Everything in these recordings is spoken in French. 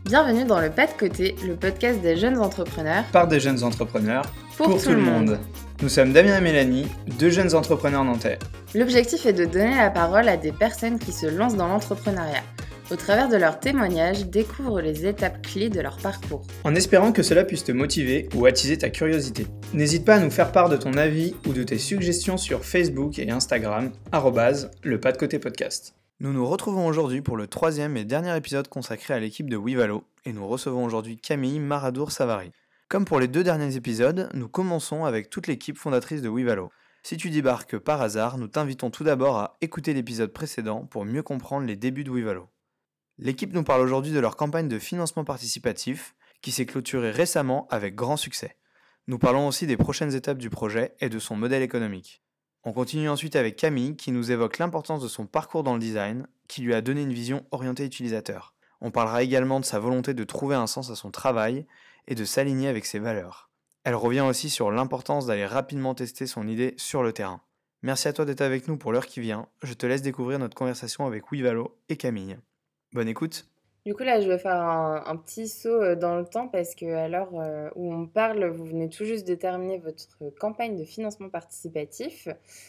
Bienvenue dans le Pas de Côté, le podcast des jeunes entrepreneurs. Par des jeunes entrepreneurs, pour tout le monde. Nous sommes Damien et Mélanie, deux jeunes entrepreneurs nantais. L'objectif est de donner la parole à des personnes qui se lancent dans l'entrepreneuriat. Au travers de leurs témoignages, découvre les étapes clés de leur parcours. En espérant que cela puisse te motiver ou attiser ta curiosité. N'hésite pas à nous faire part de ton avis ou de tes suggestions sur Facebook et Instagram, @le Pas de Côté podcast. Nous nous retrouvons aujourd'hui pour le troisième et dernier épisode consacré à l'équipe de WeValo, et nous recevons aujourd'hui Camille Maradour-Savary. Comme pour les deux derniers épisodes, nous commençons avec toute l'équipe fondatrice de WeValo. Si tu débarques par hasard, nous t'invitons tout d'abord à écouter l'épisode précédent pour mieux comprendre les débuts de WeValo. L'équipe nous parle aujourd'hui de leur campagne de financement participatif, qui s'est clôturée récemment avec grand succès. Nous parlons aussi des prochaines étapes du projet et de son modèle économique. On continue ensuite avec Camille qui nous évoque l'importance de son parcours dans le design, qui lui a donné une vision orientée utilisateur. On parlera également de sa volonté de trouver un sens à son travail et de s'aligner avec ses valeurs. Elle revient aussi sur l'importance d'aller rapidement tester son idée sur le terrain. Merci à toi d'être avec nous pour l'heure qui vient. Je te laisse découvrir notre conversation avec WeValo et Camille. Bonne écoute. Du coup, là, je vais faire un petit saut dans le temps parce qu'à l'heure où on parle, vous venez tout juste de terminer votre campagne de financement participatif.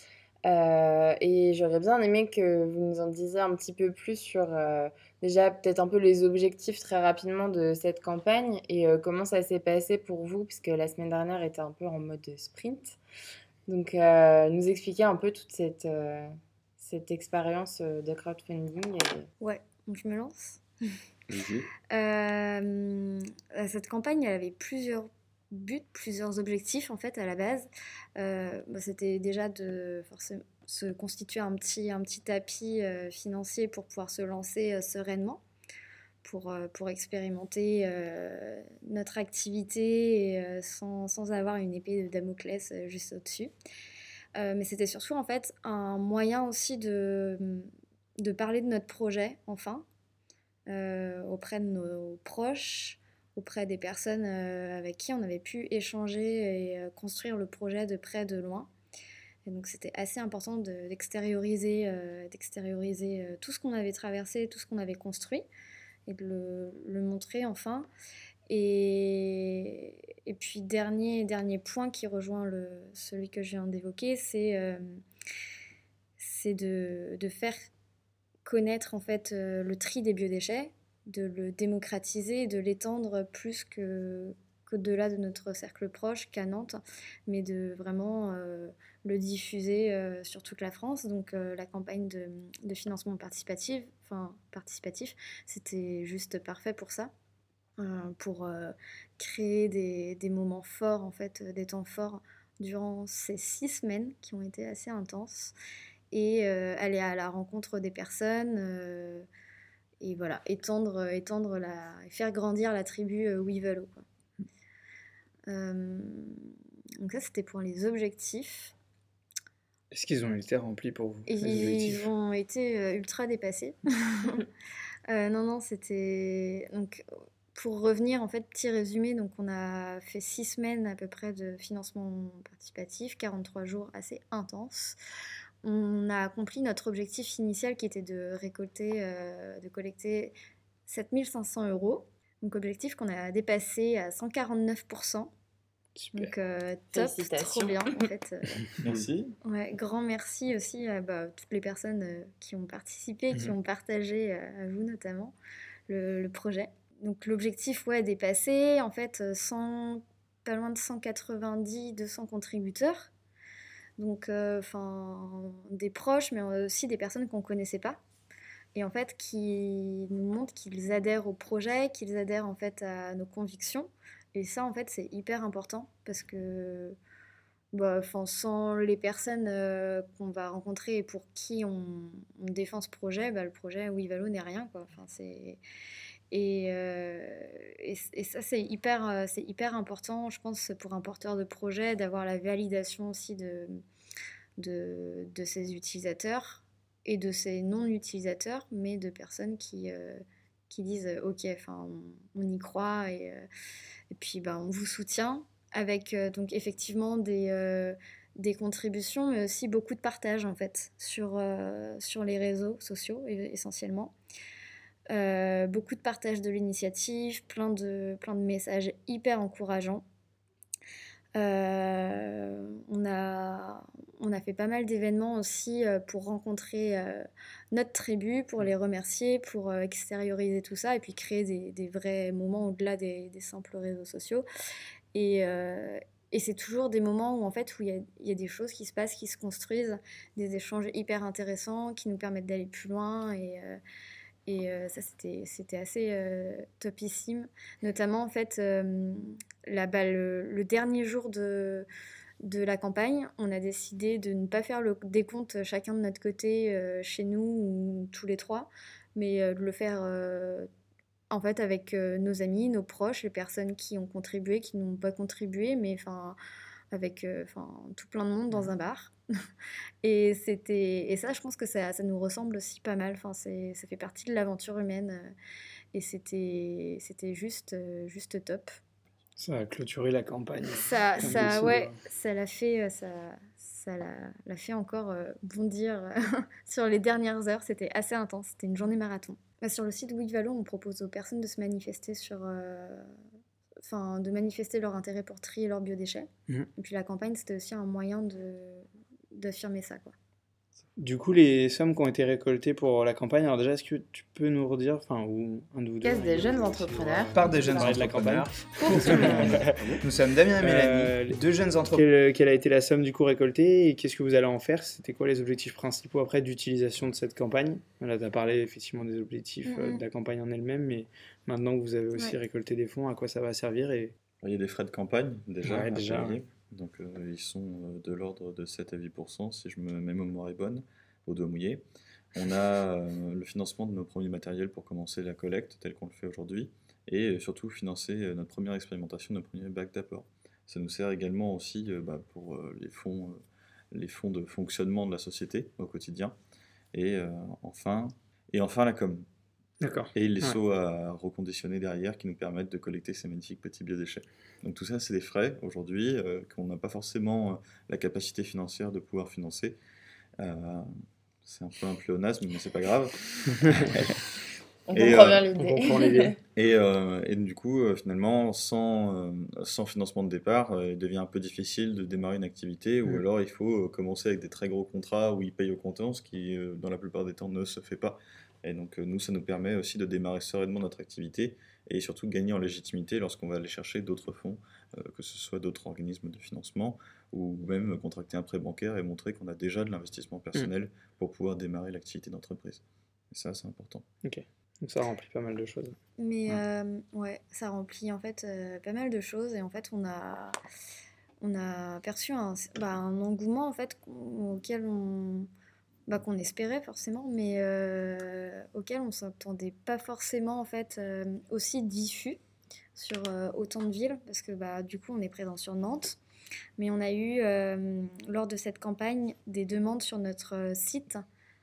Et j'aurais bien aimé que vous nous en disiez un petit peu plus sur déjà peut-être un peu les objectifs très rapidement de cette campagne et comment ça s'est passé pour vous, puisque la semaine dernière était un peu en mode sprint. Donc, nous expliquer un peu toute cette expérience de crowdfunding. Ouais, donc je me lance. Vas-y. Cette campagne, elle avait plusieurs buts, plusieurs objectifs en fait à la base. C'était déjà de forcément se constituer un petit tapis financier pour pouvoir se lancer sereinement, pour expérimenter notre activité et, sans avoir une épée de Damoclès juste au-dessus. Mais c'était surtout en fait un moyen aussi de parler de notre projet enfin auprès de nos proches, auprès des personnes avec qui on avait pu échanger et construire le projet de près de loin. Et donc c'était assez important d'extérioriser tout ce qu'on avait traversé, tout ce qu'on avait construit et de le montrer enfin. Et puis dernier point qui rejoint celui que je viens d'évoquer, c'est de faire connaître en fait le tri des biodéchets, de le démocratiser, de l'étendre plus qu'au-delà de notre cercle proche qu'à Nantes, mais de vraiment le diffuser sur toute la France. Donc la campagne de financement participatif, c'était juste parfait pour ça. Pour créer des moments forts, en fait, des temps forts durant ces 6 semaines qui ont été assez intenses et aller à la rencontre des personnes et voilà, étendre faire grandir la tribu WeValo, quoi. Donc ça, c'était pour les objectifs. Est-ce qu'ils ont été remplis pour vous? Ils ont été ultra dépassés. Non, c'était... Donc, pour revenir, en fait, petit résumé, donc on a fait 6 semaines à peu près de financement participatif, 43 jours assez intenses. On a accompli notre objectif initial qui était de collecter 7 500 €. Donc objectif qu'on a dépassé à 149%. Super. Donc top, trop bien en fait. Merci. Ouais, grand merci aussi à toutes les personnes qui ont participé, qui ont partagé, à vous notamment, le projet. Donc l'objectif est dépassé, en fait, pas loin de 190-200 contributeurs. Donc des proches, mais aussi des personnes qu'on ne connaissait pas. Et en fait, qui nous montrent qu'ils adhèrent au projet, qu'ils adhèrent en fait à nos convictions. Et ça, en fait, c'est hyper important parce que sans les personnes qu'on va rencontrer et pour qui on défend ce projet, le projet WeValo n'est rien, quoi. Et ça, c'est hyper important, je pense, pour un porteur de projet, d'avoir la validation aussi de ses utilisateurs et de ses non-utilisateurs, mais de personnes qui disent « Ok, on y croit et puis on vous soutient » avec donc effectivement des contributions, mais aussi beaucoup de partage en fait sur les réseaux sociaux essentiellement. beaucoup de partage de l'initiative, plein de messages hyper encourageants. On a fait pas mal d'événements aussi pour rencontrer notre tribu, pour les remercier, pour extérioriser tout ça et puis créer des vrais moments au-delà des simples réseaux sociaux. Et c'est toujours des moments où en fait où il y a des choses qui se passent, qui se construisent, des échanges hyper intéressants qui nous permettent d'aller plus loin ça, c'était assez topissime. Notamment, en fait, le dernier jour de la campagne, on a décidé de ne pas faire le décompte chacun de notre côté chez nous ou tous les trois, mais de le faire en fait avec nos amis, nos proches, les personnes qui ont contribué, qui n'ont pas contribué, mais enfin avec tout plein de monde dans un bar. Et ça, je pense que ça nous ressemble aussi pas mal. Enfin, ça fait partie de l'aventure humaine et c'était juste top. Ça a clôturé la campagne. Ça l'a fait, ça l'a fait encore bondir sur les dernières heures. C'était assez intense. C'était une journée marathon. Sur le site WeValo, on propose aux personnes de se manifester de manifester leur intérêt pour trier leurs biodéchets. Et puis la campagne, c'était aussi un moyen d'affirmer ça, quoi. Du coup, les sommes qui ont été récoltées pour la campagne, alors déjà, est-ce que tu peux nous redire, ou un de vous deux, Caisse des jeunes entrepreneurs. Par des jeunes Parler de la campagne. Pour tout le monde. Nous sommes Damien et Mélanie, deux jeunes entrepreneurs. Quelle a été la somme du coup récoltée et qu'est-ce que vous allez en faire? C'était quoi les objectifs principaux après d'utilisation de cette campagne? Là, tu as parlé effectivement des objectifs de la campagne en elle-même, mais maintenant que vous avez aussi récolté des fonds, à quoi ça va servir Il y a des frais de campagne déjà à payer. Ouais. Donc ils sont de l'ordre de 7 à 8%, si ma mémoire est bonne, au doigt mouillé. On a le financement de nos premiers matériels pour commencer la collecte, tel qu'on le fait aujourd'hui, et surtout financer notre première expérimentation, notre premier bac d'apport. Ça nous sert également aussi pour les fonds de fonctionnement de la société au quotidien. Et enfin la com. D'accord. Et les seaux à reconditionner derrière qui nous permettent de collecter ces magnifiques petits biodéchets. Donc tout ça, c'est des frais aujourd'hui qu'on n'a pas forcément la capacité financière de pouvoir financer. C'est un peu un pléonasme, mais c'est pas grave. On comprend bien l'idée. Et du coup, finalement, sans financement de départ, il devient un peu difficile de démarrer une activité, ou alors il faut commencer avec des très gros contrats où ils payent au comptant, ce qui, dans la plupart des temps, ne se fait pas. Et donc, nous, ça nous permet aussi de démarrer sereinement notre activité et surtout de gagner en légitimité lorsqu'on va aller chercher d'autres fonds, que ce soit d'autres organismes de financement ou même contracter un prêt bancaire et montrer qu'on a déjà de l'investissement personnel pour pouvoir démarrer l'activité d'entreprise. Et ça, c'est important. Ok. Donc ça remplit pas mal de choses. Mais ça remplit en fait pas mal de choses et en fait on a perçu un engouement en fait auquel qu'on espérait forcément, mais auquel on s'attendait pas forcément en fait aussi diffus sur autant de villes parce que du coup on est présent sur Nantes, mais on a eu lors de cette campagne des demandes sur notre site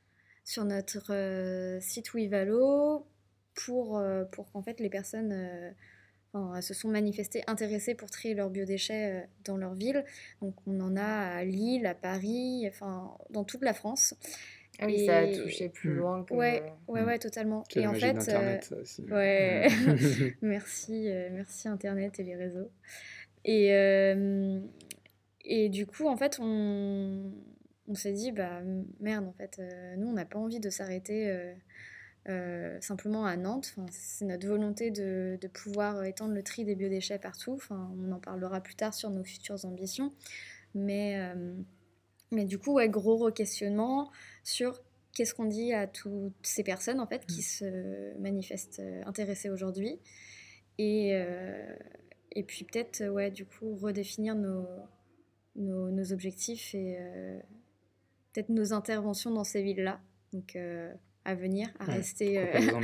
WeValo pour qu'en fait les personnes se sont manifestées intéressées pour trier leurs biodéchets dans leur ville. Donc on en a à Lille, à Paris, dans toute la France. Ah oui, ça a touché plus loin que... Ouais, totalement. C'est la magie d'Internet, ça aussi. Ouais, merci Internet et les réseaux. Et du coup, en fait, on s'est dit, merde, en fait, nous, on n'a pas envie de s'arrêter simplement à Nantes. C'est notre volonté de pouvoir étendre le tri des biodéchets partout. On en parlera plus tard sur nos futures ambitions. Mais du coup, gros re-questionnement sur qu'est-ce qu'on dit à toutes ces personnes en fait, qui se manifestent intéressées aujourd'hui. Et puis peut-être, du coup, redéfinir nos objectifs et peut-être nos interventions dans ces villes-là. Donc, à venir, à rester,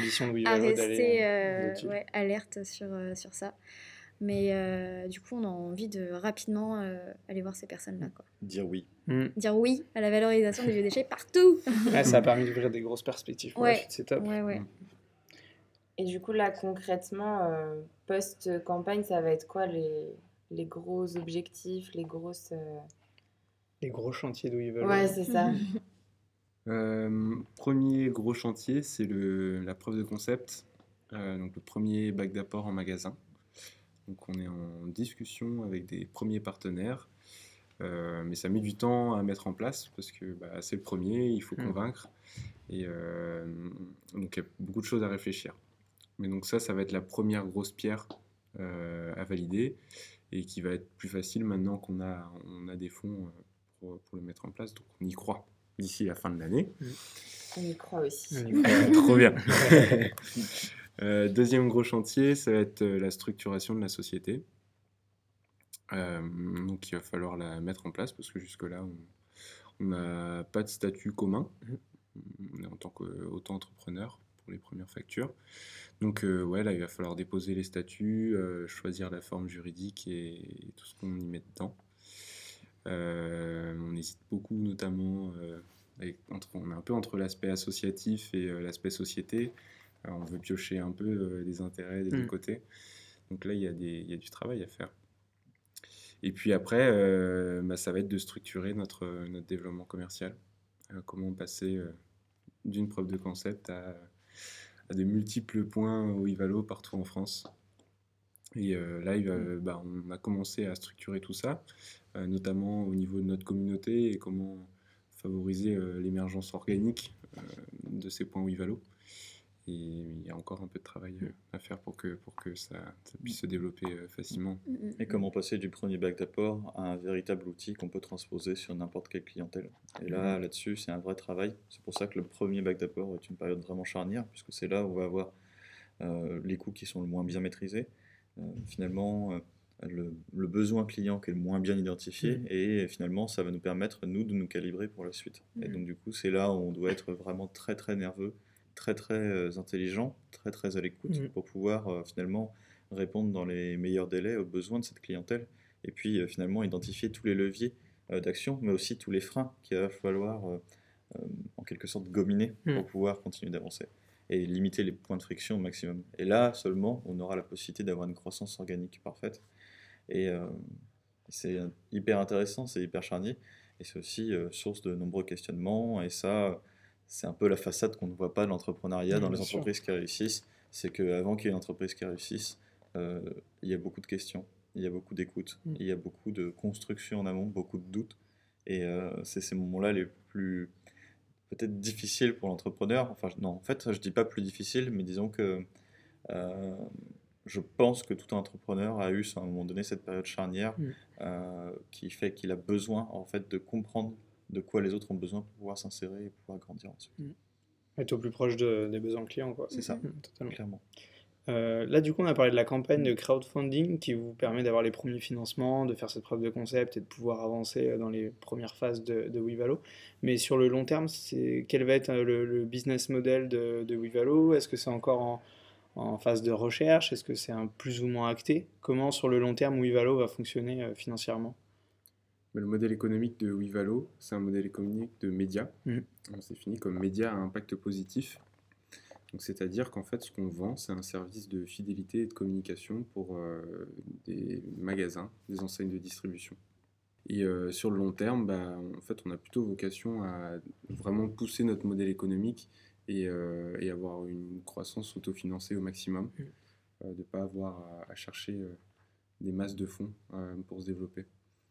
alerte sur ça. Mais du coup, on a envie de rapidement aller voir ces personnes-là. Dire oui. Dire oui à la valorisation des biodéchets partout. Ça a permis d'ouvrir des grosses perspectives. C'est top. Et du coup, là, concrètement, post-campagne, ça va être quoi les gros objectifs, les gros chantiers de WeValo? Ouais, c'est ça. Premier gros chantier, c'est la preuve de concept, donc le premier bac d'apport en magasin. Donc on est en discussion avec des premiers partenaires, mais ça met du temps à mettre en place parce que c'est le premier, il faut convaincre, et donc il y a beaucoup de choses à réfléchir. Mais donc ça va être la première grosse pierre à valider et qui va être plus facile maintenant qu'on a des fonds pour le mettre en place, donc on y croit d'ici la fin de l'année. On y croit aussi. Trop bien. Deuxième gros chantier, ça va être la structuration de la société. Donc il va falloir la mettre en place parce que jusque-là, on n'a pas de statut commun. On est en tant qu'auto-entrepreneur pour les premières factures. Donc là, il va falloir déposer les statuts, choisir la forme juridique et tout ce qu'on y met dedans. On hésite beaucoup, notamment, on est un peu entre l'aspect associatif et l'aspect société. Alors, on veut piocher un peu les intérêts des deux côtés. Donc là, il y a du travail à faire. Et puis après, ça va être de structurer notre développement commercial. Comment passer d'une preuve de concept à de multiples points au Ivalo partout en France. Et là, on a commencé à structurer tout ça, notamment au niveau de notre communauté et comment favoriser l'émergence organique de ces points Wivalo. Et il y a encore un peu de travail à faire pour que ça puisse se développer facilement. Et comment passer du premier bac d'apport à un véritable outil qu'on peut transposer sur n'importe quelle clientèle. Et là-dessus, c'est un vrai travail. C'est pour ça que le premier bac d'apport est une période vraiment charnière, puisque c'est là où on va avoir les coûts qui sont le moins bien maîtrisés. Finalement, le besoin client qui est le moins bien identifié, et finalement, ça va nous permettre, nous, de nous calibrer pour la suite. Et donc, du coup, c'est là où on doit être vraiment très, très nerveux, très très intelligent, très très à l'écoute pour pouvoir finalement répondre dans les meilleurs délais aux besoins de cette clientèle et puis finalement identifier tous les leviers d'action mais aussi tous les freins qu'il va falloir en quelque sorte gominer pour pouvoir continuer d'avancer et limiter les points de friction au maximum. Et là seulement on aura la possibilité d'avoir une croissance organique parfaite et c'est hyper intéressant, c'est hyper charnier et c'est aussi source de nombreux questionnements et ça c'est un peu la façade qu'on ne voit pas de l'entrepreneuriat dans les entreprises qui réussissent. C'est qu'avant qu'il y ait une entreprise qui réussisse, il y a beaucoup de questions, il y a beaucoup d'écoute, il y a beaucoup de construction en amont, beaucoup de doutes. Et c'est ces moments-là les plus peut-être difficiles pour l'entrepreneur. Enfin, non, en fait, je dis pas plus difficile, mais disons que je pense que tout entrepreneur a eu à un moment donné cette période charnière qui fait qu'il a besoin en fait de comprendre de quoi les autres ont besoin pour pouvoir s'insérer et pouvoir grandir ensuite. Être au plus proche des besoins clients, quoi. C'est ça, totalement. Clairement. Là, du coup, on a parlé de la campagne de crowdfunding qui vous permet d'avoir les premiers financements, de faire cette preuve de concept et de pouvoir avancer dans les premières phases de Wivalo. Mais sur le long terme, quel va être le business model de Wivalo? Est-ce que c'est encore en phase de recherche? Est-ce que c'est plus ou moins acté? Comment, sur le long terme, Wivalo va fonctionner financièrement? Le modèle économique de Wivalo, c'est un modèle économique de médias. On s'est défini comme média à impact positif. Donc, c'est-à-dire qu'en fait, ce qu'on vend, c'est un service de fidélité et de communication pour des magasins, des enseignes de distribution. Et sur le long terme, en fait, on a plutôt vocation à vraiment pousser notre modèle économique et avoir une croissance autofinancée au maximum, de ne pas avoir à chercher des masses de fonds pour se développer.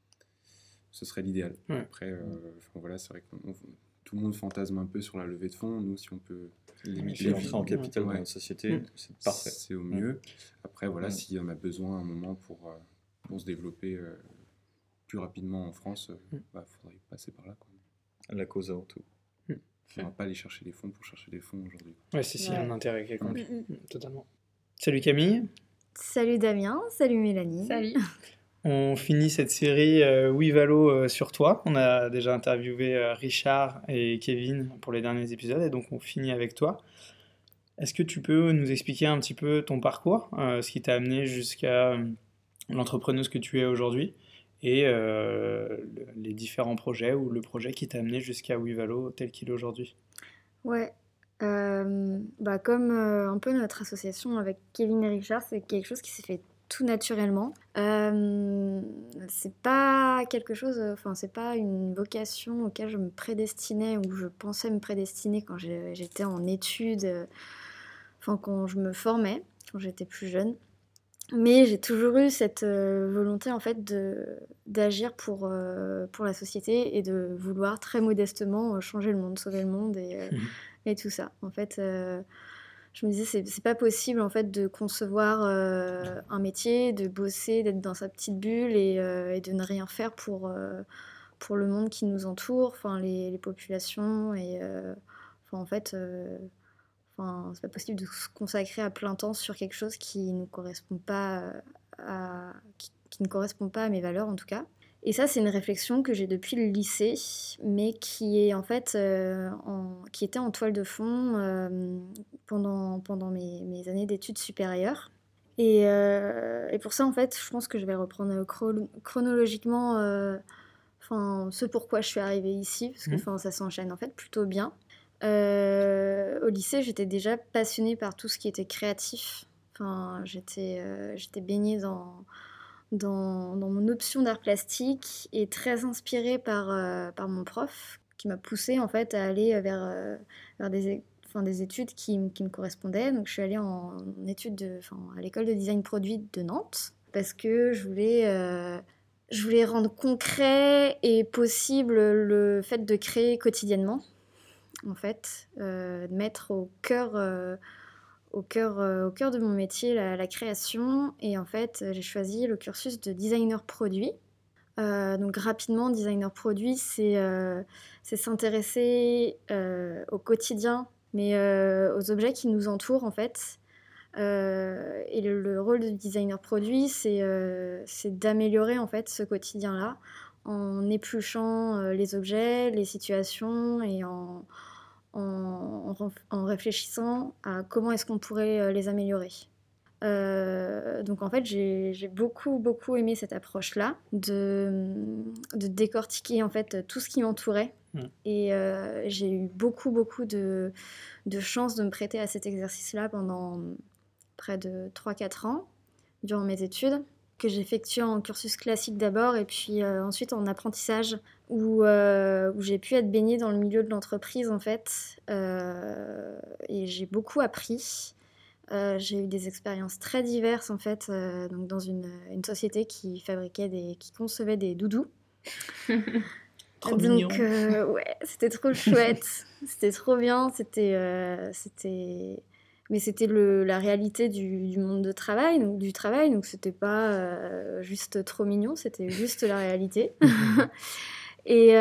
Ce serait l'idéal. Après, voilà, c'est vrai que tout le monde fantasme un peu sur la levée de fonds. Nous, si on peut limiter l'entrée en capital dans notre société, c'est parfait. C'est au mieux. Après, voilà, s'il y en a besoin à un moment pour se développer plus rapidement en France, faudrait passer par là, quoi. La cause avant tout. On ne va pas aller chercher des fonds pour chercher des fonds aujourd'hui. Ouais, c'est un intérêt quelconque. Totalement. Salut Camille. Salut Damien, salut Mélanie. Salut. On finit cette série Wivalo sur toi. On a déjà interviewé Richard et Kevin pour les derniers épisodes et donc on finit avec toi. Est-ce que tu peux nous expliquer un petit peu ton parcours, ce qui t'a amené jusqu'à l'entrepreneuse que tu es aujourd'hui et les différents projets ou le projet qui t'a amené jusqu'à Wivalo tel qu'il est aujourd'hui? Ouais, comme un peu notre association avec Kevin et Richard, c'est quelque chose qui s'est fait tout naturellement. C'est pas quelque chose, enfin c'est pas une vocation auquel je me prédestinais ou je pensais me prédestiner quand j'étais en études, enfin quand je me formais, quand j'étais plus jeune. Mais j'ai toujours eu cette volonté en fait d'agir pour la société et de vouloir très modestement changer le monde, sauver le monde et tout ça. En fait, je me disais c'est pas possible en fait de concevoir un métier, de bosser, d'être dans sa petite bulle et de ne rien faire pour le monde qui nous entoure, enfin les populations enfin en fait. Enfin, c'est pas possible de se consacrer à plein temps sur quelque chose qui ne correspond pas qui ne correspond pas à mes valeurs en tout cas. Et ça, c'est une réflexion que j'ai depuis le lycée, mais qui est en fait qui était en toile de fond pendant mes années d'études supérieures. Et pour ça, en fait, je pense que je vais reprendre chronologiquement ce pourquoi je suis arrivée ici, parce que ça s'enchaîne en fait plutôt bien. Au lycée, j'étais déjà passionnée par tout ce qui était créatif. Enfin, j'étais baignée dans mon option d'art plastique et très inspirée par mon prof qui m'a poussée en fait à aller vers des études qui me correspondaient. Donc je suis allée en études à l'école de design produit de Nantes parce que je voulais rendre concret et possible le fait de créer quotidiennement. En fait, de mettre au cœur de mon métier la création. Et en fait, j'ai choisi le cursus de designer produit. Donc rapidement, designer produit, c'est s'intéresser au quotidien, mais aux objets qui nous entourent en fait. Et le rôle de designer produit, c'est d'améliorer en fait ce quotidien-là en épluchant les objets, les situations et en réfléchissant à comment est-ce qu'on pourrait les améliorer. Donc en fait, j'ai beaucoup, beaucoup aimé cette approche-là, de décortiquer en fait tout ce qui m'entourait. Et j'ai eu beaucoup, beaucoup de chance de me prêter à cet exercice-là pendant près de 3-4 ans, durant mes études, que j'effectue en cursus classique d'abord et puis ensuite en apprentissage où j'ai pu être baignée dans le milieu de l'entreprise en fait et j'ai beaucoup appris. J'ai eu des expériences très diverses en fait donc dans une société qui concevait des doudous. Trop donc mignon. ouais, c'était trop chouette, c'était trop bien, mais c'était la réalité du monde du travail, donc c'était pas juste trop mignon, c'était juste la réalité. Et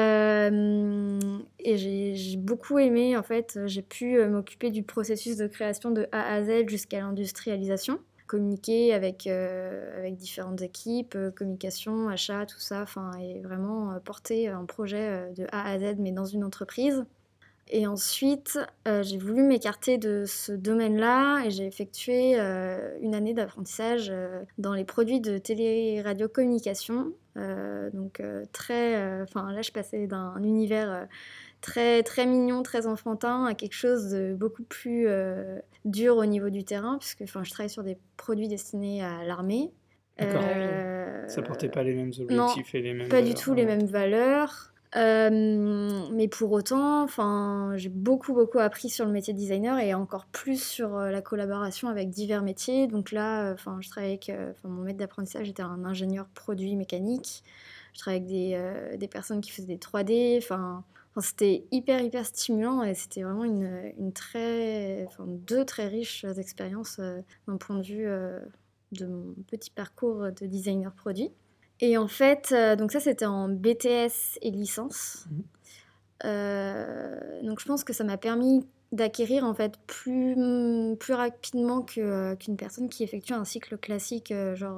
j'ai beaucoup aimé, en fait, j'ai pu m'occuper du processus de création de A à Z jusqu'à l'industrialisation, communiquer avec différentes équipes, communication, achat, tout ça, et vraiment porter un projet de A à Z, mais dans une entreprise. Et ensuite, j'ai voulu m'écarter de ce domaine-là et j'ai effectué une année d'apprentissage dans les produits de télé-radio-communication. Là, je passais d'un univers très, très mignon, très enfantin à quelque chose de beaucoup plus dur au niveau du terrain, puisque je travaille sur des produits destinés à l'armée. D'accord. Ça portait pas les mêmes objectifs et les mêmes pas valeurs. du tout les mêmes valeurs. Mais pour autant, j'ai beaucoup beaucoup appris sur le métier de designer et encore plus sur la collaboration avec divers métiers. Donc là, je travaillais avec mon maître d'apprentissage était un ingénieur produit mécanique. Je travaillais avec des personnes qui faisaient des 3D. C'était hyper hyper stimulant et c'était vraiment deux très riches expériences d'un point de vue de mon petit parcours de designer produit. Et en fait, donc ça c'était en BTS et licence. Donc je pense que ça m'a permis d'acquérir en fait plus rapidement qu'une personne qui effectue un cycle classique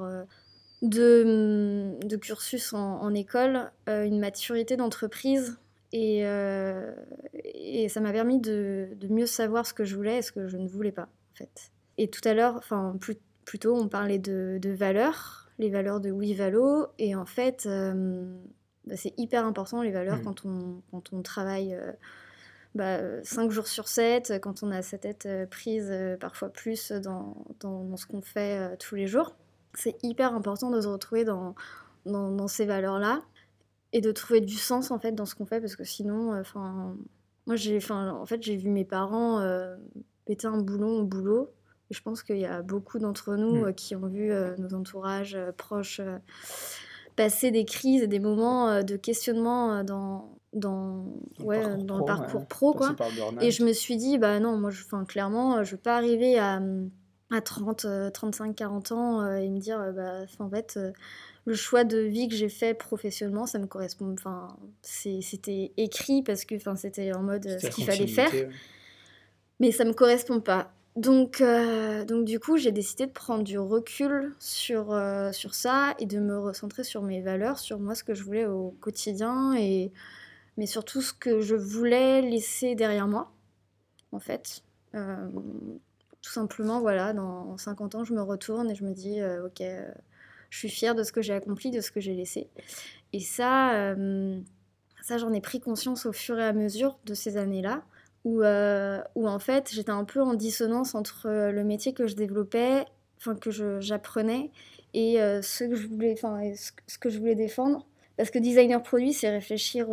de cursus en école, une maturité d'entreprise et ça m'a permis de mieux savoir ce que je voulais et ce que je ne voulais pas en fait. Et tout à l'heure, plus tôt on parlait de valeurs. Les valeurs de WeValo, et en fait, c'est hyper important les valeurs quand on travaille 5 jours sur 7, quand on a sa tête prise parfois plus dans ce qu'on fait tous les jours. c'est hyper important de se retrouver dans ces valeurs-là et de trouver du sens en fait dans ce qu'on fait parce que sinon, moi j'ai vu mes parents péter un boulon au boulot. Et je pense qu'il y a beaucoup d'entre nous qui ont vu nos entourages proches passer des crises et des moments de questionnement dans le parcours pro, quoi. Et je me suis dit, bah non, moi, clairement, je veux pas arriver à 30, 35, 40 ans et me dire, en fait, le choix de vie que j'ai fait professionnellement, ça me correspond. Enfin, c'était écrit parce que c'était en mode ce qu'il fallait faire, mais ça me correspond pas. Donc du coup, j'ai décidé de prendre du recul sur ça et de me recentrer sur mes valeurs, sur moi, ce que je voulais au quotidien, mais surtout ce que je voulais laisser derrière moi, en fait. Tout simplement, voilà, dans 50 ans, je me retourne et je me dis, ok, je suis fière de ce que j'ai accompli, de ce que j'ai laissé. Et ça, j'en ai pris conscience au fur et à mesure de ces années-là, où en fait j'étais un peu en dissonance entre le métier que je développais, j'apprenais, et ce que je voulais défendre. Parce que designer produit, c'est réfléchir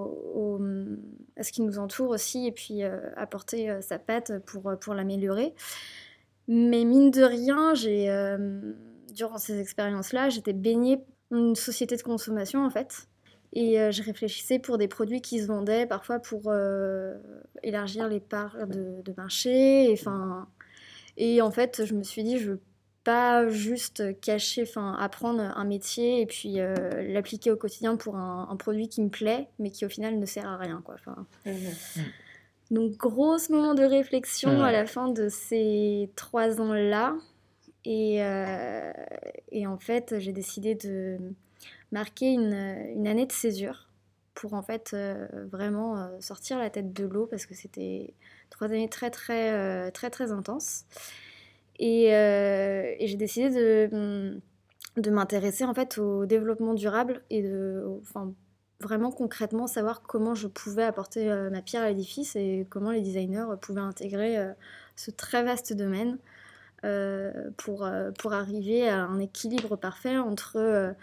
à ce qui nous entoure aussi, et puis apporter sa patte pour l'améliorer. Mais mine de rien, durant ces expériences-là, j'étais baignée dans une société de consommation en fait. Et je réfléchissais pour des produits qui se vendaient, parfois pour élargir les parts de marché. Et en fait, je me suis dit, je veux pas juste apprendre un métier et puis l'appliquer au quotidien pour un produit qui me plaît, mais qui au final ne sert à rien, quoi. Donc, gros moment de réflexion à la fin de ces 3 ans-là. Et en fait, j'ai décidé de marquer une année de césure pour en fait vraiment sortir la tête de l'eau parce que c'était 3 années très très très très intenses. Et j'ai décidé de m'intéresser en fait au développement durable et vraiment concrètement savoir comment je pouvais apporter ma pierre à l'édifice et comment les designers pouvaient intégrer ce très vaste domaine pour arriver à un équilibre parfait entre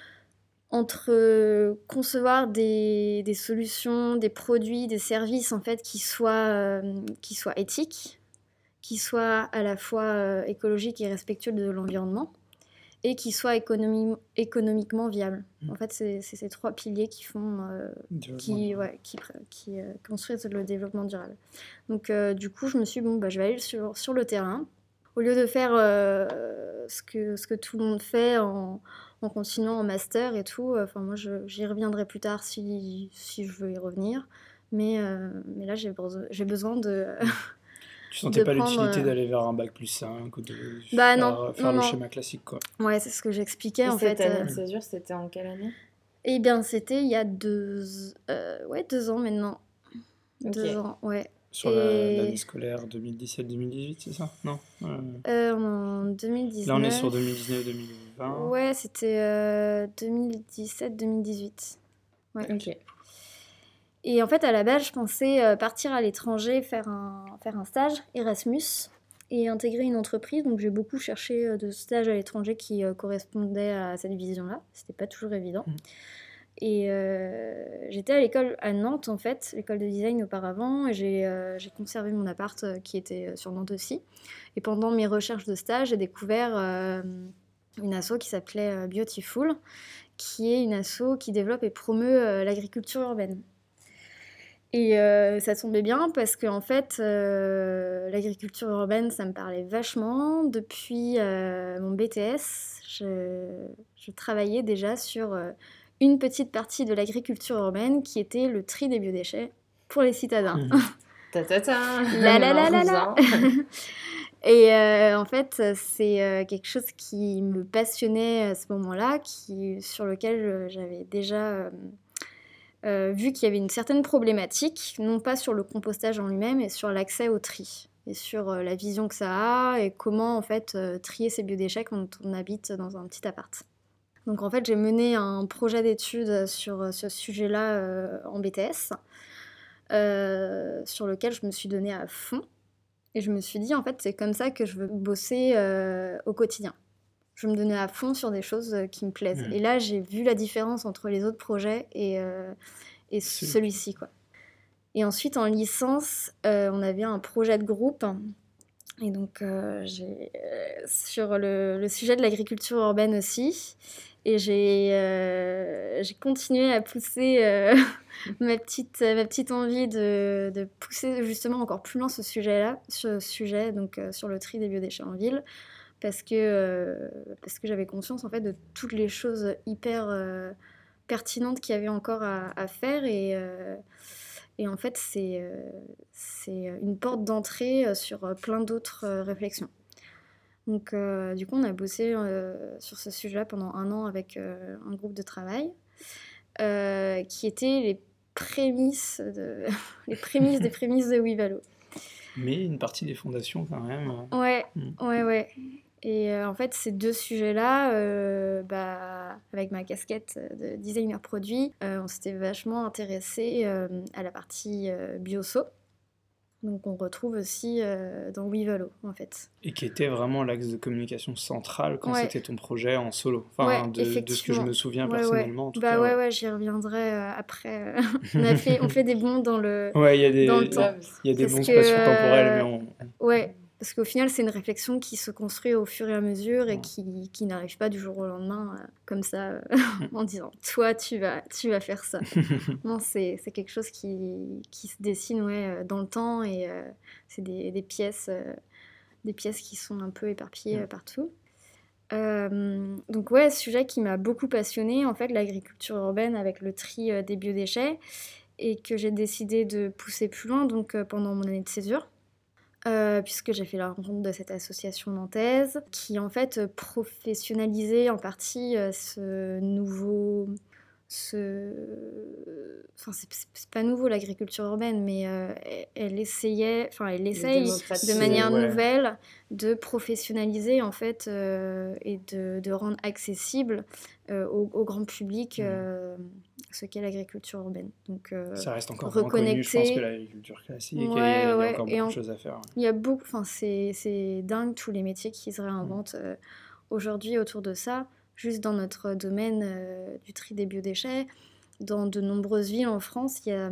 concevoir des solutions, des produits, des services en fait qui soient éthiques, qui soient à la fois écologiques et respectueux de l'environnement, et qui soient économiquement viables. En fait, c'est ces 3 piliers qui construisent le développement durable. Donc du coup, je me suis dit, je vais aller sur le terrain. Au lieu de faire ce que tout le monde fait en continuant en master et tout, moi j'y reviendrai plus tard si je veux y revenir. Mais là j'ai besoin de... Tu sentais pas l'utilité d'aller vers un bac plus 5 ou de faire le schéma classique, quoi. Ouais, c'est ce que j'expliquais en fait. Cette année de césure, c'était en quelle année ? Eh bien, c'était il y a 2 ans maintenant. Ok. 2 ans, ouais. Sur l'année scolaire 2017-2018, c'est ça ? Non en 2019. Là, on est sur 2019-2020. Ouais, c'était 2017-2018. Ouais. Ok. Et en fait, à la base, je pensais partir à l'étranger, faire un stage Erasmus et intégrer une entreprise. Donc, j'ai beaucoup cherché de stages à l'étranger qui correspondaient à cette vision-là. C'était pas toujours évident. Et j'étais à l'école à Nantes, en fait, l'école de design auparavant, et j'ai conservé mon appart qui était sur Nantes aussi. Et pendant mes recherches de stage, j'ai découvert une asso qui s'appelait Beautiful, qui est une asso qui développe et promeut l'agriculture urbaine. Et ça tombait bien parce que en fait, l'agriculture urbaine, ça me parlait vachement. Depuis mon BTS, je travaillais déjà sur une petite partie de l'agriculture urbaine qui était le tri des biodéchets pour les citadins. Ta-ta-ta. La la la la la. Et en fait, c'est quelque chose qui me passionnait à ce moment-là, sur lequel j'avais déjà vu qu'il y avait une certaine problématique, non pas sur le compostage en lui-même, mais sur l'accès au tri, et sur la vision que ça a, et comment en fait trier ses biodéchets quand on habite dans un petit appart. Donc en fait, j'ai mené un projet d'études sur ce sujet-là en BTS, sur lequel je me suis donnée à fond. Et je me suis dit, en fait, c'est comme ça que je veux bosser au quotidien. je me donnais à fond sur des choses qui me plaisent. Et là, j'ai vu la différence entre les autres projets et celui-ci, quoi. Et ensuite, en licence, on avait un projet de groupe. Et donc, sur le sujet de l'agriculture urbaine aussi. Et j'ai continué à pousser ma petite envie de pousser justement encore plus loin ce sujet, donc sur le tri des biodéchets en ville. Parce que j'avais conscience en fait de toutes les choses hyper pertinentes qu'il y avait encore à faire et en fait c'est une porte d'entrée sur plein d'autres réflexions. Donc du coup on a bossé sur ce sujet-là pendant 1 an avec un groupe de travail qui étaient les prémices les prémices des prémices de WeValo. Mais une partie des fondations quand même. Ouais. Et en fait, ces 2 sujets-là, avec ma casquette de designer produit, on s'était vachement intéressé à la partie bioso. Donc on retrouve aussi dans WeValo, en fait. Et qui était vraiment l'axe de communication central quand Ouais. c'était ton projet en solo. Enfin, de ce que je me souviens personnellement, en tout cas. Ouais, j'y reviendrai après. On fait des bonds dans le, Ouais, il y a dans le temps. Il y a des Parce bons que, spatio-temporels, mais on... Ouais, parce qu'au final, c'est une réflexion qui se construit au fur et à mesure et qui n'arrive pas du jour au lendemain, comme ça, en disant « toi, tu vas faire ça ». Non, c'est quelque chose qui se dessine dans le temps et c'est des pièces qui sont un peu éparpillées partout. Donc ouais, sujet qui m'a beaucoup passionnée, en fait, l'agriculture urbaine avec le tri des biodéchets et que j'ai décidé de pousser plus loin donc, pendant mon année de césure. Puisque j'ai fait la rencontre de cette association nantaise qui en fait professionnalisait en partie enfin c'est pas nouveau l'agriculture urbaine, mais elle essaye de manière nouvelle de professionnaliser en fait et de rendre accessible au grand public ce qu'est l'agriculture urbaine. Donc, ça reste encore moins connu, je pense, que l'agriculture classique, et il y a encore beaucoup de choses à faire. Il y a beaucoup, c'est dingue tous les métiers qui se réinventent aujourd'hui autour de ça. Juste dans notre domaine du tri des biodéchets, dans de nombreuses villes en France, il y a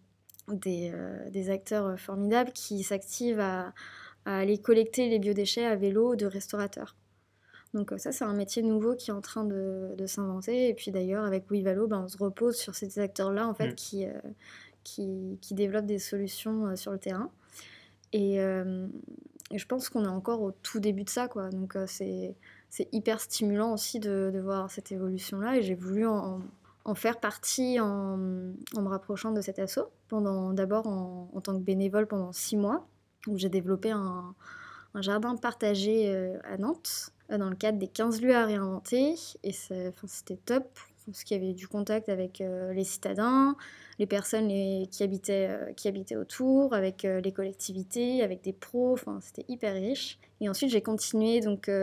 des acteurs formidables qui s'activent à aller collecter les biodéchets à vélo de restaurateurs. Donc ça, c'est un métier nouveau qui est en train de s'inventer. Et puis d'ailleurs, avec WeValo, on se repose sur ces acteurs-là en fait, qui développent des solutions sur le terrain. Et je pense qu'on est encore au tout début de ça, quoi. Donc c'est hyper stimulant aussi de voir cette évolution-là. Et j'ai voulu en faire partie en me rapprochant de cet asso. D'abord en tant que bénévole pendant 6 mois, où j'ai développé un jardin partagé à Nantes, dans le cadre des 15 lieux à réinventer. Et c'était top, parce qu'il y avait du contact avec les citadins, les personnes qui habitaient autour, avec les collectivités, avec des pros, c'était hyper riche. Et ensuite, j'ai continué donc,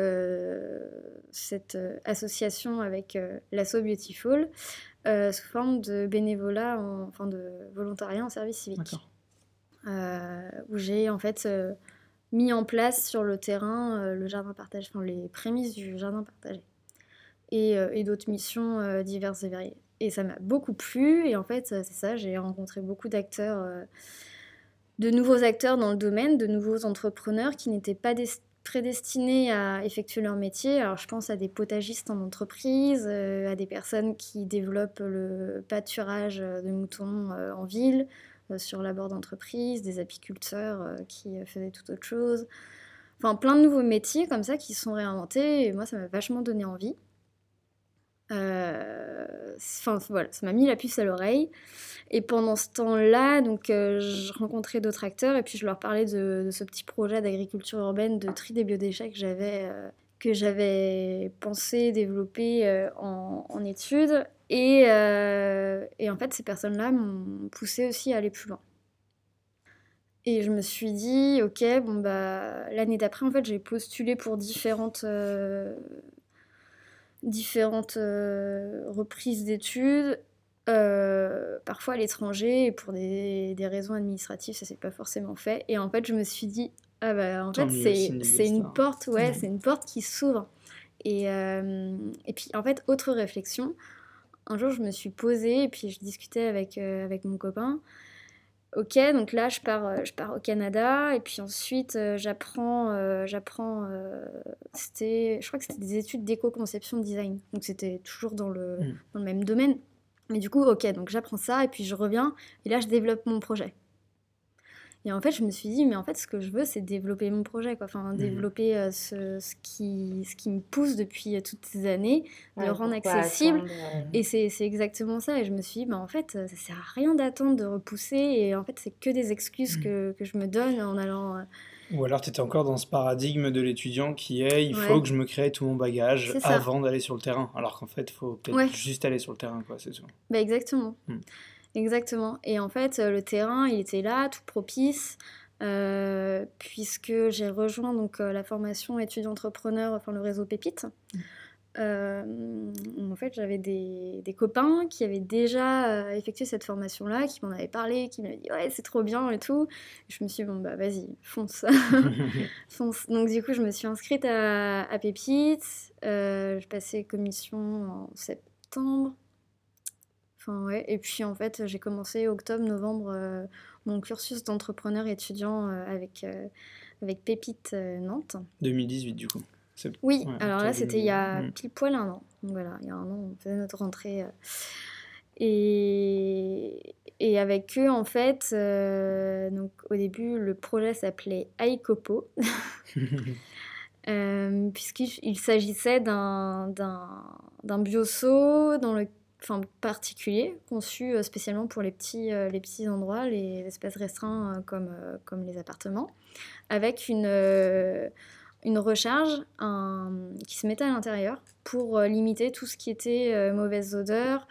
cette association avec l'asso Beautiful, sous forme de bénévolat, de volontariat en service civique. Où j'ai en fait mis en place sur le terrain le jardin partagé, les prémices du jardin partagé. Et d'autres missions diverses et variées. Et ça m'a beaucoup plu, et en fait, c'est ça, j'ai rencontré beaucoup d'acteurs, de nouveaux acteurs dans le domaine, de nouveaux entrepreneurs qui n'étaient pas prédestinés à effectuer leur métier. Alors, je pense à des potagistes en entreprise, à des personnes qui développent le pâturage de moutons en ville, sur l'abord d'entreprise, des apiculteurs qui faisaient tout autre chose. Enfin, plein de nouveaux métiers comme ça qui se sont réinventés, et moi, ça m'a vachement donné envie. Voilà, ça m'a mis la puce à l'oreille. Et pendant ce temps-là, donc, je rencontrais d'autres acteurs et puis je leur parlais de ce petit projet d'agriculture urbaine, de tri des biodéchets que j'avais pensé développer en études. Et en fait, ces personnes-là m'ont poussée aussi à aller plus loin. Et je me suis dit, ok, l'année d'après, en fait, j'ai postulé pour différentes reprises d'études, parfois à l'étranger, et pour des raisons administratives, ça s'est pas forcément fait. Et en fait, je me suis dit, en fait, c'est une porte, c'est une porte qui s'ouvre. Et puis, en fait, autre réflexion, un jour, je me suis posée et puis je discutais avec mon copain. Ok, donc là, je pars au Canada et puis ensuite, je crois que c'était des études d'éco-conception design. Donc, c'était toujours dans le même domaine. Mais du coup, ok, donc j'apprends ça et puis je reviens et là, je développe mon projet. Et en fait, je me suis dit, mais en fait, ce que je veux, c'est développer mon projet, quoi. Enfin, développer ce qui me pousse depuis toutes ces années, de le rendre accessible. Et c'est exactement ça. Et je me suis dit, bah, en fait, ça sert à rien d'attendre, de repousser. Et en fait, c'est que des excuses que je me donne en allant... Ou alors tu étais encore dans ce paradigme de l'étudiant qui est il faut que je me crée tout mon bagage avant d'aller sur le terrain. Alors qu'en fait, il faut peut-être juste aller sur le terrain, quoi, c'est tout. Bah, exactement. Exactement. Et en fait, le terrain, il était là, tout propice, puisque j'ai rejoint donc, la formation étudiant-entrepreneur, enfin le réseau Pépite. En fait, j'avais des copains qui avaient déjà effectué cette formation-là, qui m'en avaient parlé, qui m'avaient dit « Ouais, c'est trop bien et tout ». Et je me suis dit « Bon, bah vas-y, fonce ». Fonce. Donc du coup, je me suis inscrite à Pépite. Je passais commission en septembre. Enfin, ouais. Et puis en fait, j'ai commencé octobre-novembre mon cursus d'entrepreneur étudiant avec Pépite Nantes. 2018 du coup. Oui, alors là c'était il y a pile poil un an. Donc voilà, il y a un an, on faisait notre rentrée. Et avec eux, en fait, donc au début, le projet s'appelait Aikopo. Puisqu'il s'agissait d'un bioseau particulier, conçu spécialement pour les petits endroits, les espaces restreints comme les appartements, avec une recharge qui se mettait à l'intérieur pour limiter tout ce qui était mauvaise odeur,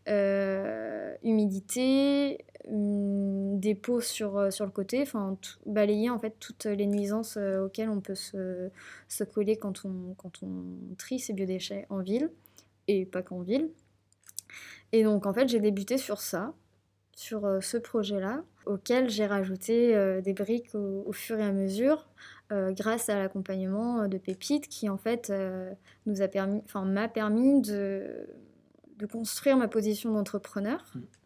humidité, dépôt sur le côté, enfin balayer en fait toutes les nuisances auxquelles on peut se coller quand on trie ses biodéchets en ville, et pas qu'en ville. Et donc en fait j'ai débuté sur ça, sur ce projet-là, auquel j'ai rajouté des briques au fur et à mesure, grâce à l'accompagnement de Pépite, qui en fait m'a permis de construire ma position d'entrepreneur.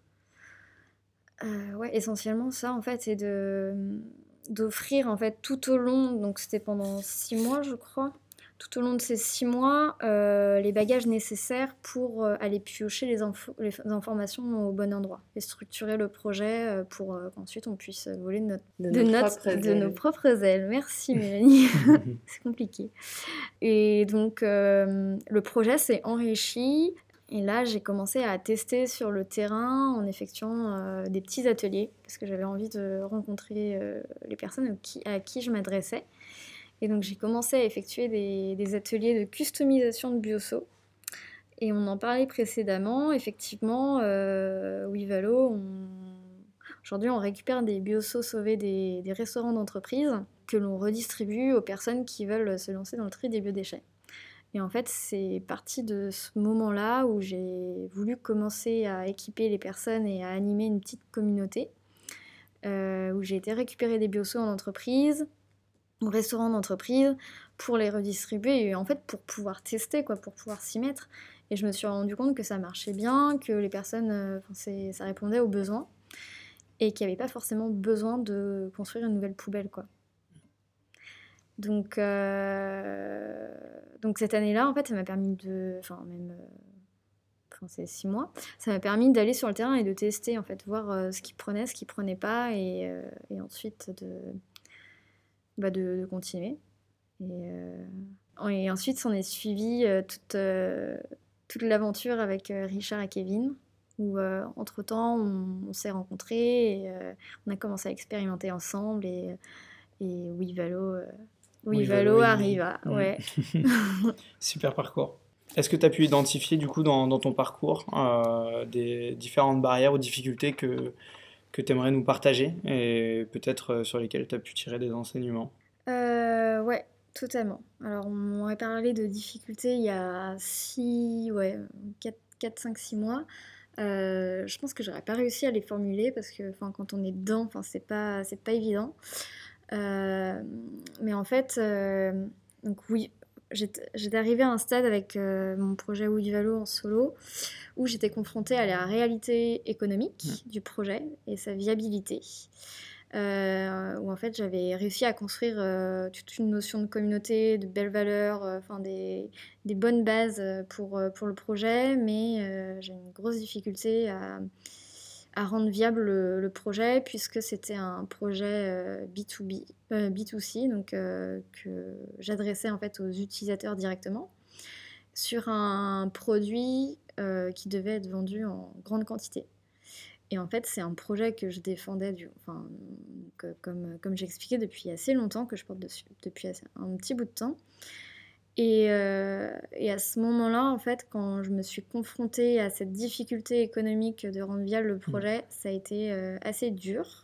Essentiellement ça en fait, c'est d'offrir en fait tout au long, donc c'était pendant 6 mois je crois, tout au long de ces 6 mois, les bagages nécessaires pour aller piocher les informations au bon endroit et structurer le projet pour qu'ensuite on puisse voler de nos propres ailes. Merci Mélanie, c'est compliqué. Et donc le projet s'est enrichi. Et là, j'ai commencé à tester sur le terrain en effectuant des petits ateliers, parce que j'avais envie de rencontrer les personnes à qui je m'adressais. Et donc, j'ai commencé à effectuer des ateliers de customisation de bioseau. Et on en parlait précédemment. Effectivement, WeValo, aujourd'hui, on récupère des bioseaux sauvés des restaurants d'entreprise que l'on redistribue aux personnes qui veulent se lancer dans le tri des biodéchets. Et en fait, c'est parti de ce moment-là où j'ai voulu commencer à équiper les personnes et à animer une petite communauté, où j'ai été récupérer des bioseaux en entreprise, au restaurant d'entreprise, pour les redistribuer et en fait pour pouvoir tester, quoi, pour pouvoir s'y mettre. Et je me suis rendu compte que ça marchait bien, que les personnes, ça répondait aux besoins et qu'il n'y avait pas forcément besoin de construire une nouvelle poubelle, quoi. Donc cette année-là, en fait, ça m'a permis c'est 6 mois, ça m'a permis d'aller sur le terrain et de tester, en fait, voir ce qui prenait, ce qui prenait pas, et ensuite de continuer. Et ensuite, s'en est suivi toute l'aventure avec Richard et Kevin, où entre-temps, on s'est rencontrés, et on a commencé à expérimenter ensemble, et WeValo arriva, ouais. Super parcours. Est-ce que tu as pu identifier du coup dans ton parcours des différentes barrières ou difficultés que tu aimerais nous partager et peut-être sur lesquelles tu as pu tirer des enseignements? Ouais, totalement. Alors on m'aurait parlé de difficultés il y a 4, 5, 6 mois. Je pense que j'aurais pas réussi à les formuler parce que quand on est dedans, c'est pas évident. Mais en fait, donc oui, j'étais arrivée à un stade avec mon projet WeValo en solo où j'étais confrontée à la réalité économique du projet et sa viabilité. Où en fait j'avais réussi à construire toute une notion de communauté, de belles valeurs, des bonnes bases pour le projet, mais j'ai une grosse difficulté à rendre viable le projet puisque c'était un projet B2B, B2C, donc que j'adressais en fait aux utilisateurs directement sur un produit qui devait être vendu en grande quantité. Et en fait, c'est un projet que je défendais, comme j'ai expliqué, depuis assez longtemps, que je porte dessus, depuis un petit bout de temps. Et à ce moment-là, en fait, quand je me suis confrontée à cette difficulté économique de rendre viable le projet, ça a été assez dur.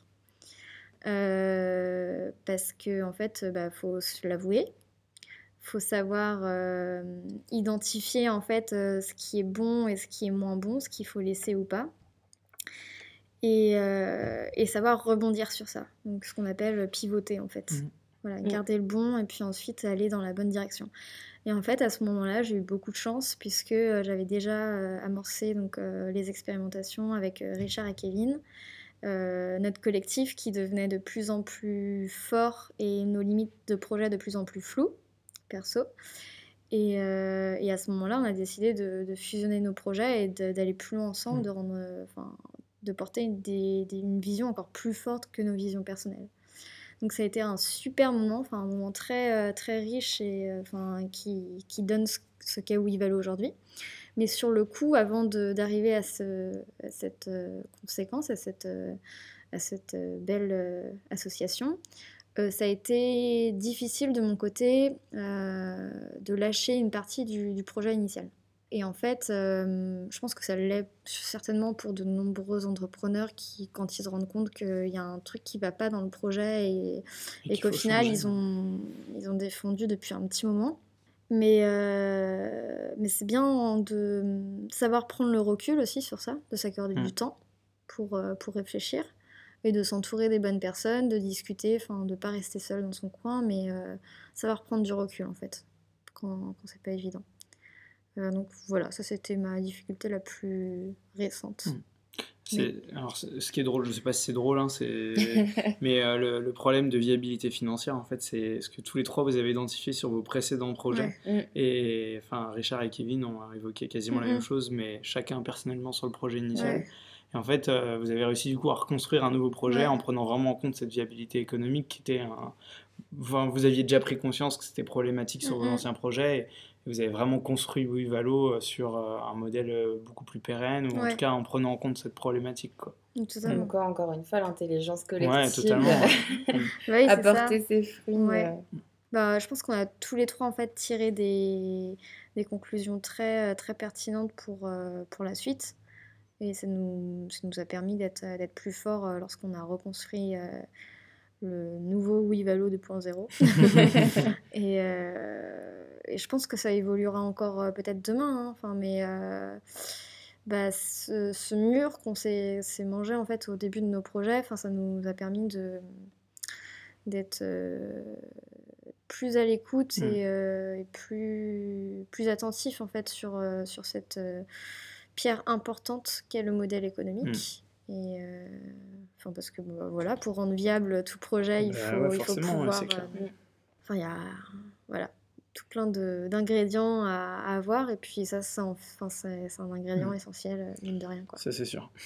Parce que, en fait, faut se l'avouer, faut savoir identifier en fait ce qui est bon et ce qui est moins bon, ce qu'il faut laisser ou pas. Et savoir rebondir sur ça. Donc ce qu'on appelle pivoter en fait. Voilà, garder le bon et puis ensuite aller dans la bonne direction. Et en fait, à ce moment-là, j'ai eu beaucoup de chance puisque j'avais déjà amorcé donc, les expérimentations avec Richard et Kevin, notre collectif qui devenait de plus en plus fort et nos limites de projet de plus en plus floues, perso. Et à ce moment-là, on a décidé de fusionner nos projets et d'aller plus loin ensemble, de porter une vision encore plus forte que nos visions personnelles. Donc ça a été un super moment, un moment très, très riche et qui donne ce qu'est WeValo aujourd'hui. Mais sur le coup, avant d'arriver à cette conséquence, à cette belle association, ça a été difficile de mon côté de lâcher une partie du projet initial. Et en fait, je pense que ça l'est certainement pour de nombreux entrepreneurs qui, quand ils se rendent compte qu'il y a un truc qui ne va pas dans le projet et qu'au final, ils ont défendu depuis un petit moment. Mais c'est bien de savoir prendre le recul aussi sur ça, de s'accorder du temps pour réfléchir et de s'entourer des bonnes personnes, de discuter, de ne pas rester seul dans son coin, mais savoir prendre du recul en fait, quand c'est pas évident. Donc voilà, ça c'était ma difficulté la plus récente. Alors, ce qui est drôle, je sais pas si c'est drôle, hein, mais le problème de viabilité financière, en fait, c'est ce que tous les trois vous avez identifié sur vos précédents projets. Et Richard et Kevin ont évoqué quasiment la même chose, mais chacun personnellement sur le projet initial. Et en fait, vous avez réussi du coup à reconstruire un nouveau projet en prenant vraiment en compte cette viabilité économique qui était vous aviez déjà pris conscience que c'était problématique sur vos anciens projets. Et vous avez vraiment construit WeValo sur un modèle beaucoup plus pérenne, ou en tout cas en prenant en compte cette problématique, quoi. Comme quoi, encore une fois, l'intelligence collective a porté ses fruits. Je pense qu'on a tous les trois en fait tiré des conclusions très, très pertinentes pour la suite. Et ça nous a permis d'être plus forts lorsqu'on a reconstruit le nouveau WeValo 2.0. Et je pense que ça évoluera encore peut-être demain, mais ce mur qu'on s'est mangé en fait au début de nos projets, ça nous a permis d'être plus à l'écoute et plus attentif en fait sur cette pierre importante qu'est le modèle économique. Et parce que voilà, pour rendre viable tout projet, il faut pouvoir. Il y a tout plein d'ingrédients à avoir, et puis ça, c'est un ingrédient essentiel, mine de rien, quoi. Ça, c'est sûr.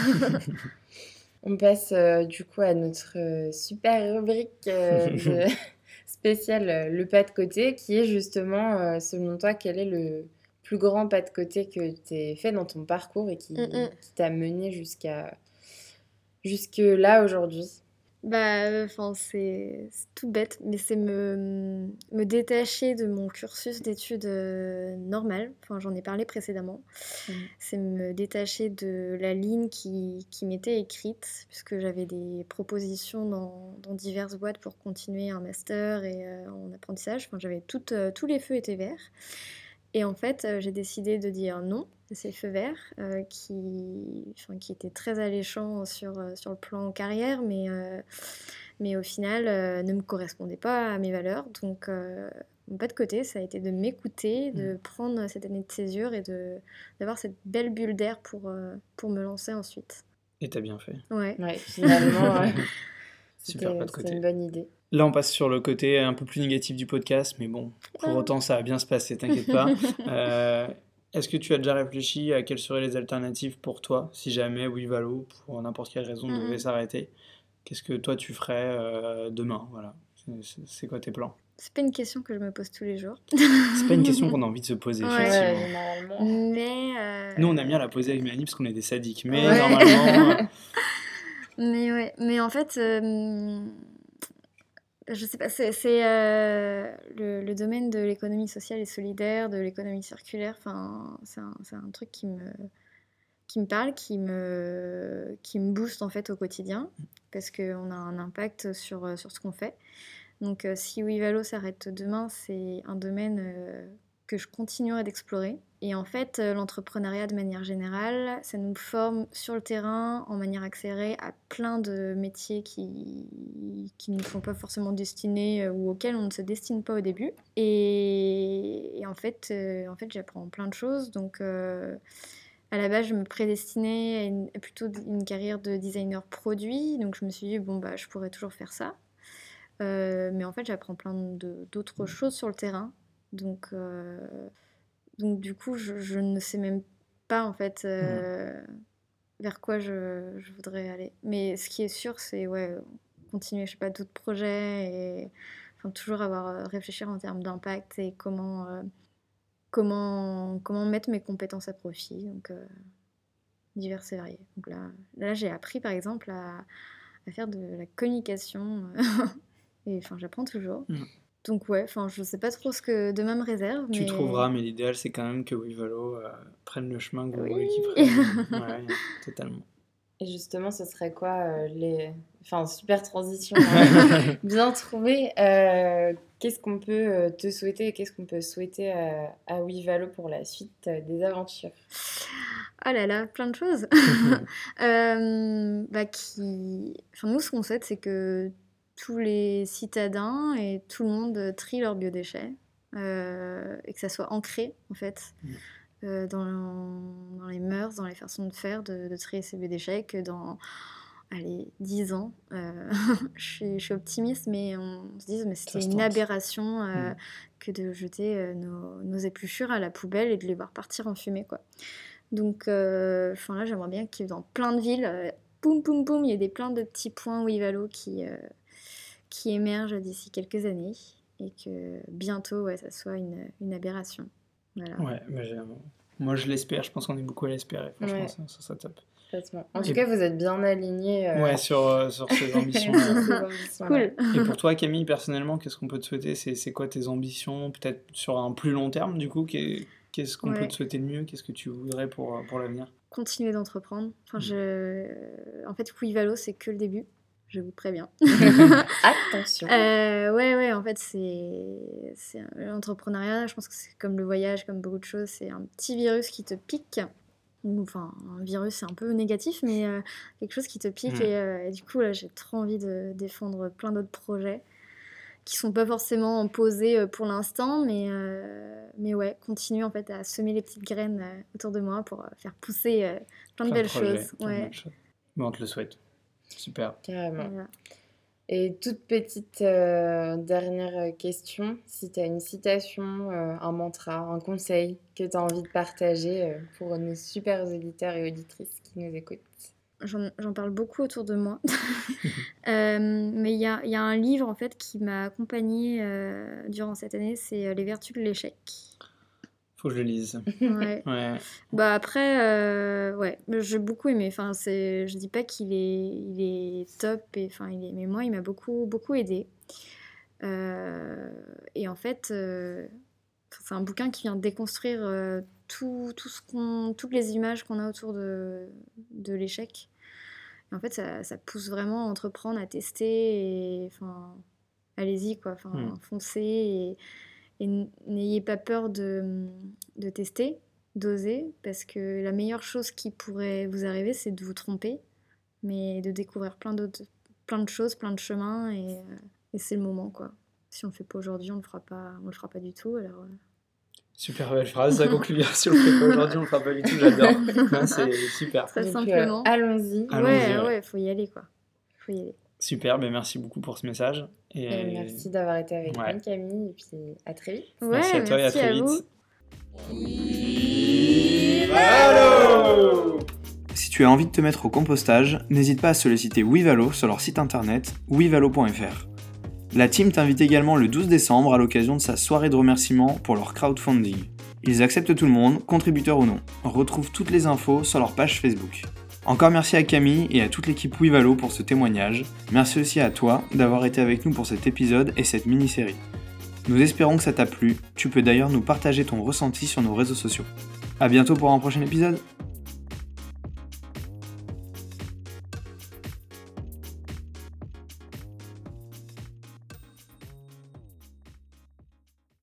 On passe du coup à notre super rubrique spéciale le pas de côté, qui est justement, selon toi, quel est le plus grand pas de côté que tu aies fait dans ton parcours et qui t'a mené jusque là aujourd'hui? C'est tout bête, mais c'est me détacher de mon cursus d'études normales. J'en ai parlé précédemment. C'est me détacher de la ligne qui m'était écrite, puisque j'avais des propositions dans diverses boîtes pour continuer un master et en apprentissage. J'avais tous les feux étaient verts. Et en fait, j'ai décidé de dire non à ces feux verts qui étaient très alléchants sur le plan carrière, mais au final ne me correspondaient pas à mes valeurs. Donc mon pas de côté, ça a été de m'écouter, de prendre cette année de césure et d'avoir cette belle bulle d'air pour me lancer ensuite. Et t'as bien fait. Ouais. Ouais, finalement, Super, pas de c'était côté. une bonne idée. Là, on passe sur le côté un peu plus négatif du podcast, mais bon, pour autant, ça va bien se passer, t'inquiète pas. Est-ce que tu as déjà réfléchi à quelles seraient les alternatives pour toi, si jamais WeValo, pour n'importe quelle raison, devait s'arrêter? Qu'est-ce que toi, tu ferais demain? Voilà. C'est quoi tes plans? C'est pas une question que je me pose tous les jours. C'est pas une question qu'on a envie de se poser, Ouais. effectivement. Ouais, généralement. Mais Nous, on aime bien la poser avec Mélanie parce qu'on est des sadiques, mais Ouais. normalement... mais ouais, mais en fait, je sais pas, c'est le domaine de l'économie sociale et solidaire, de l'économie circulaire. Enfin, c'est un truc qui me parle, qui me booste en fait au quotidien, parce qu'on a un impact sur ce qu'on fait. Donc si WeValo s'arrête demain, c'est un domaine que je continuerai d'explorer. Et en fait, l'entrepreneuriat de manière générale, ça nous forme sur le terrain en manière accélérée à plein de métiers qui ne sont pas forcément destinés ou auxquels on ne se destine pas au début. Et en fait, j'apprends plein de choses. Donc à la base, je me prédestinais à plutôt une carrière de designer produit. Donc je me suis dit, bon, bah, je pourrais toujours faire ça. Mais en fait, j'apprends plein d'autres choses sur le terrain. Donc du coup, je ne sais même pas en fait vers quoi je voudrais aller. Mais ce qui est sûr, c'est continuer, je sais pas, d'autres projets et enfin, toujours réfléchir en termes d'impact et comment mettre mes compétences à profit. Donc divers et variés. Donc là j'ai appris par exemple à faire de la communication et enfin j'apprends toujours. Donc ouais, enfin je sais pas trop ce que demain me réserve. Tu mais... trouveras, mais l'idéal c'est quand même que WeValo prenne le chemin que vous Oui. voulez qu'il prenne. Ouais, totalement. Et justement, ce serait quoi Enfin, super transition, hein. Bien trouvé. Qu'est-ce qu'on peut te souhaiter? Qu'est-ce qu'on peut souhaiter à WeValo pour la suite des aventures? Oh là là, plein de choses. Enfin, nous, ce qu'on souhaite, c'est que tous les citadins et tout le monde trient leurs biodéchets et que ça soit ancré, en fait, dans les mœurs, dans les façons de faire, de trier ces biodéchets, que dans 10 ans, je suis optimiste, mais on se dit mais c'était une aberration que de jeter nos épluchures à la poubelle et de les voir partir en fumée, quoi. Donc là, j'aimerais bien qu'il y ait dans plein de villes, boum, boum, boum, il y ait plein de petits points WeValo qui émergent d'ici quelques années et que bientôt, ça soit une aberration. Voilà. Ouais, mais moi je l'espère, je pense qu'on est beaucoup à l'espérer. Franchement, Ouais. ça serait top. En tout cas, vous êtes bien alignés. Ouais, sur ces ambitions. Cool. Et pour toi, Camille, personnellement, qu'est-ce qu'on peut te souhaiter? C'est quoi tes ambitions? Peut-être sur un plus long terme, du coup, qu'est-ce qu'on peut te souhaiter de mieux? Qu'est-ce que tu voudrais pour l'avenir? Continuer d'entreprendre. Enfin, en fait, WeValo, c'est que le début. Je vous préviens. Attention. Ouais, en fait, c'est l'entrepreneuriat, je pense que c'est comme le voyage, comme beaucoup de choses, c'est un petit virus qui te pique. Enfin, un virus, c'est un peu négatif, mais quelque chose qui te pique. Et du coup, là, j'ai trop envie de défendre plein d'autres projets qui sont pas forcément posés pour l'instant, mais ouais, continuer en fait à semer les petites graines autour de moi pour faire pousser plein de belles choses. Ouais. Bon, on te le souhaite. Super. Carrément. Voilà. Et toute petite dernière question, si tu as une citation, un mantra, un conseil que tu as envie de partager pour nos super auditeurs et auditrices qui nous écoutent. J'en parle beaucoup autour de moi. Mais il y a un livre en fait qui m'a accompagnée durant cette année, c'est Les Vertus de l'échec. Faut que je le lise. Ouais. Ouais. Bah après, j'ai beaucoup aimé. Enfin, je dis pas qu'il est top, mais moi, il m'a beaucoup, beaucoup aidé. Et en fait, c'est un bouquin qui vient déconstruire toutes les images qu'on a autour de l'échec. Et en fait, ça pousse vraiment à entreprendre, à tester. Et enfin, allez-y, quoi. Enfin, foncez et n'ayez pas peur de tester, d'oser, parce que la meilleure chose qui pourrait vous arriver, c'est de vous tromper, mais de découvrir plein de choses, plein de chemins, et c'est le moment, quoi. Si on le fait pas aujourd'hui, on le fera pas du tout. Alors, Super belle phrase, ça conclut bien. Si on le fait pas aujourd'hui, on le fera pas du tout, j'adore. Ouais, c'est super. très Donc, simplement. allons-y. Allons-y, Ouais, faut y aller, quoi. Faut y aller. Super, merci beaucoup pour ce message. Et merci d'avoir été avec Ouais. nous, Camille, et puis à très vite. Merci à toi et à très vite. vous. Wivalo! Si tu as envie de te mettre au compostage, n'hésite pas à solliciter Wivalo sur leur site internet wivalo.fr. La team t'invite également le 12 décembre à l'occasion de sa soirée de remerciement pour leur crowdfunding. Ils acceptent tout le monde, contributeur ou non. Retrouve toutes les infos sur leur page Facebook. Encore merci à Camille et à toute l'équipe Wivalo pour ce témoignage. Merci aussi à toi d'avoir été avec nous pour cet épisode et cette mini-série. Nous espérons que ça t'a plu. Tu peux d'ailleurs nous partager ton ressenti sur nos réseaux sociaux. À bientôt pour un prochain épisode.